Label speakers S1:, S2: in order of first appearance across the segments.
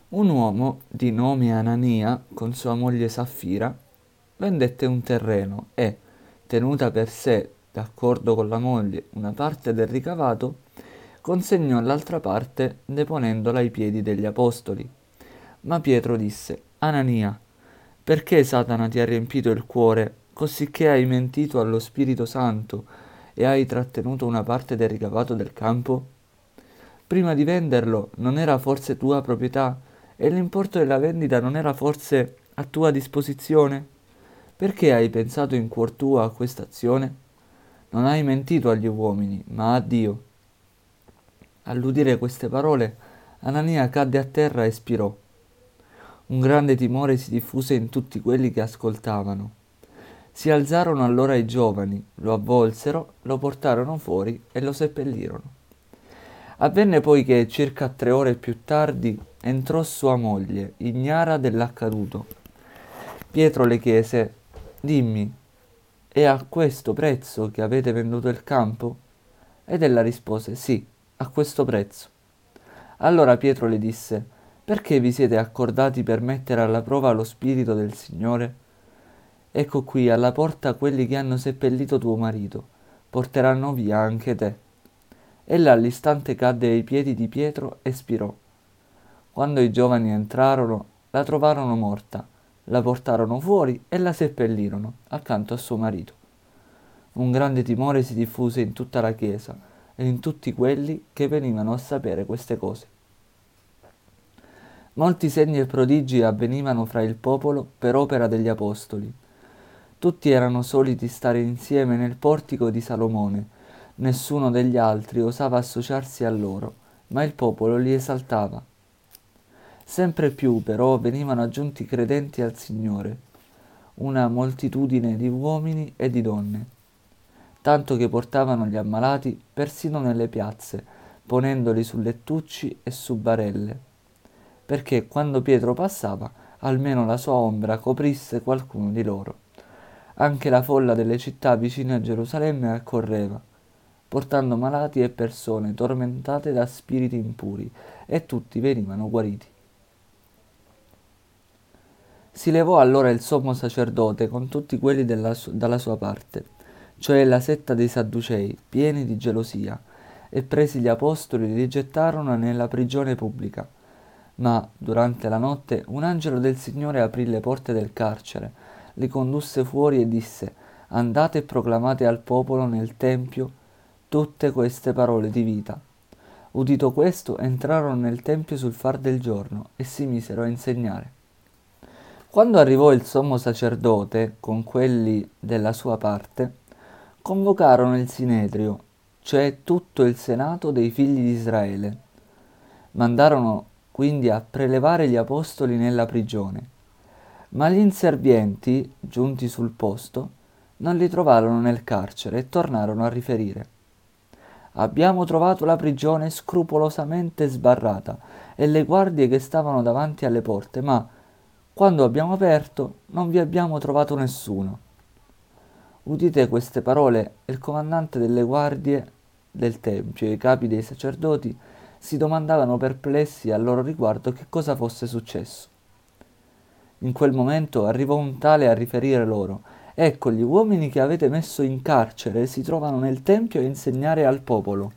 S1: Un uomo di nome Anania, con sua moglie Saffira, vendette un terreno e, tenuta per sé, d'accordo con la moglie, una parte del ricavato, consegnò l'altra parte deponendola ai piedi degli apostoli. Ma Pietro disse: Anania, perché Satana ti ha riempito il cuore, cosicché hai mentito allo Spirito Santo e hai trattenuto una parte del ricavato del campo? Prima di venderlo non era forse tua proprietà e l'importo della vendita non era forse a tua disposizione? Perché hai pensato in cuor tuo a questa azione? Non hai mentito agli uomini, ma a Dio. All'udire queste parole, Anania cadde a terra e spirò. Un grande timore si diffuse in tutti quelli che ascoltavano. Si alzarono allora i giovani, lo avvolsero, lo portarono fuori e lo seppellirono. Avvenne poi che circa 3 ore più tardi entrò sua moglie, ignara dell'accaduto. Pietro le chiese: Dimmi, è a questo prezzo che avete venduto il campo? Ed ella rispose: Sì, a questo prezzo. Allora Pietro le disse: Perché vi siete accordati per mettere alla prova lo spirito del Signore? Ecco qui alla porta quelli che hanno seppellito tuo marito, porteranno via anche te. Ella all'istante cadde ai piedi di Pietro e spirò. Quando i giovani entrarono, la trovarono morta, la portarono fuori e la seppellirono accanto a suo marito. Un grande timore si diffuse in tutta la chiesa e in tutti quelli che venivano a sapere queste cose. Molti segni e prodigi avvenivano fra il popolo per opera degli apostoli. Tutti erano soliti stare insieme nel portico di Salomone. Nessuno degli altri osava associarsi a loro, ma il popolo li esaltava. Sempre più, però, venivano aggiunti credenti al Signore, una moltitudine di uomini e di donne, tanto che portavano gli ammalati persino nelle piazze, ponendoli su lettucci e su barelle, perché quando Pietro passava, almeno la sua ombra coprisse qualcuno di loro. Anche la folla delle città vicine a Gerusalemme accorreva, portando malati e persone tormentate da spiriti impuri, e tutti venivano guariti. Si levò allora il sommo sacerdote con tutti quelli dalla sua parte, cioè la setta dei Sadducei, pieni di gelosia, e presi gli apostoli li gettarono nella prigione pubblica. Ma, durante la notte, un angelo del Signore aprì le porte del carcere, li condusse fuori e disse: Andate e proclamate al popolo nel tempio tutte queste parole di vita. Udito questo, entrarono nel tempio sul far del giorno e si misero a insegnare. Quando arrivò il sommo sacerdote con quelli della sua parte, convocarono il Sinedrio, cioè tutto il senato dei figli di Israele. Mandarono quindi a prelevare gli apostoli nella prigione, ma gli inservienti, giunti sul posto, non li trovarono nel carcere e tornarono a riferire. Abbiamo trovato la prigione scrupolosamente sbarrata e le guardie che stavano davanti alle porte, ma quando abbiamo aperto non vi abbiamo trovato nessuno. Udite queste parole, il comandante delle guardie del tempio e i capi dei sacerdoti si domandavano perplessi al loro riguardo che cosa fosse successo. In quel momento arrivò un tale a riferire loro: Ecco, gli uomini che avete messo in carcere si trovano nel tempio a insegnare al popolo.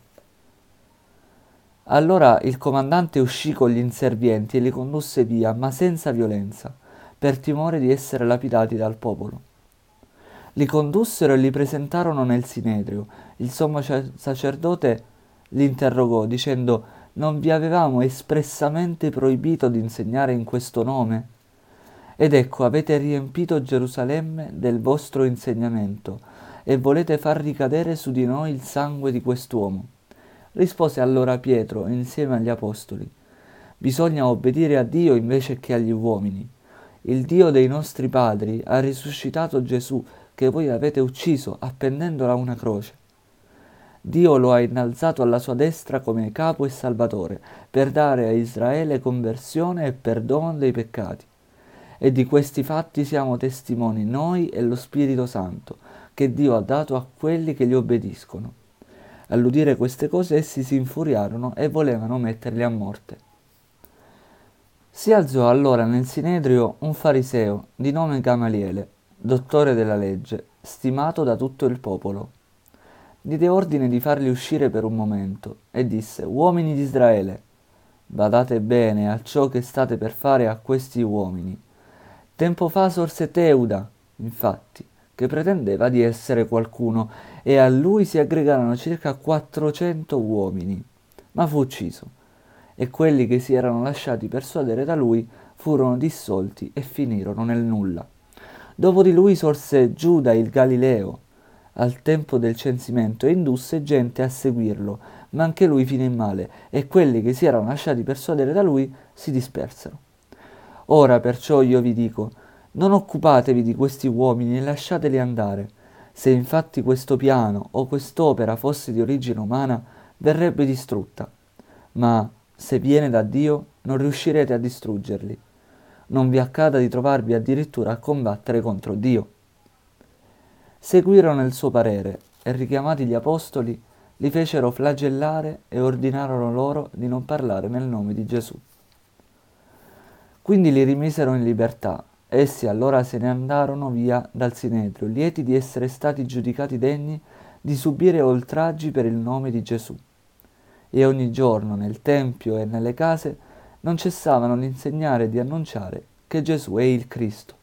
S1: Allora il comandante uscì con gli inservienti e li condusse via, ma senza violenza, per timore di essere lapidati dal popolo. Li condussero e li presentarono nel Sinedrio. Il sommo sacerdote li interrogò, dicendo: Non vi avevamo espressamente proibito di insegnare in questo nome? Ed ecco, avete riempito Gerusalemme del vostro insegnamento e volete far ricadere su di noi il sangue di quest'uomo. Rispose allora Pietro insieme agli apostoli: Bisogna obbedire a Dio invece che agli uomini. Il Dio dei nostri padri ha risuscitato Gesù, che voi avete ucciso appendendolo a una croce. Dio lo ha innalzato alla sua destra come capo e salvatore, per dare a Israele conversione e perdono dei peccati. E di questi fatti siamo testimoni noi e lo Spirito Santo, che Dio ha dato a quelli che gli obbediscono. All'udire queste cose essi si infuriarono e volevano metterli a morte. Si alzò allora nel Sinedrio un fariseo di nome Gamaliele, dottore della legge, stimato da tutto il popolo. Diede ordine di farli uscire per un momento e disse: Uomini di Israele, badate bene a ciò che state per fare a questi uomini. Tempo fa sorse Teuda, infatti, che pretendeva di essere qualcuno, e a lui si aggregarono circa 400 uomini, ma fu ucciso, e quelli che si erano lasciati persuadere da lui furono dissolti e finirono nel nulla. Dopo di lui sorse Giuda il Galileo, al tempo del censimento, e indusse gente a seguirlo, ma anche lui finì in male, e quelli che si erano lasciati persuadere da lui si dispersero. Ora perciò io vi dico, non occupatevi di questi uomini e lasciateli andare. Se infatti questo piano o quest'opera fosse di origine umana, verrebbe distrutta, ma se viene da Dio, non riuscirete a distruggerli. Non vi accada di trovarvi addirittura a combattere contro Dio. Seguirono il suo parere e richiamati gli apostoli, li fecero flagellare e ordinarono loro di non parlare nel nome di Gesù. Quindi li rimisero in libertà. Essi allora se ne andarono via dal Sinedrio, lieti di essere stati giudicati degni di subire oltraggi per il nome di Gesù. E ogni giorno nel tempio e nelle case non cessavano di insegnare e di annunciare che Gesù è il Cristo.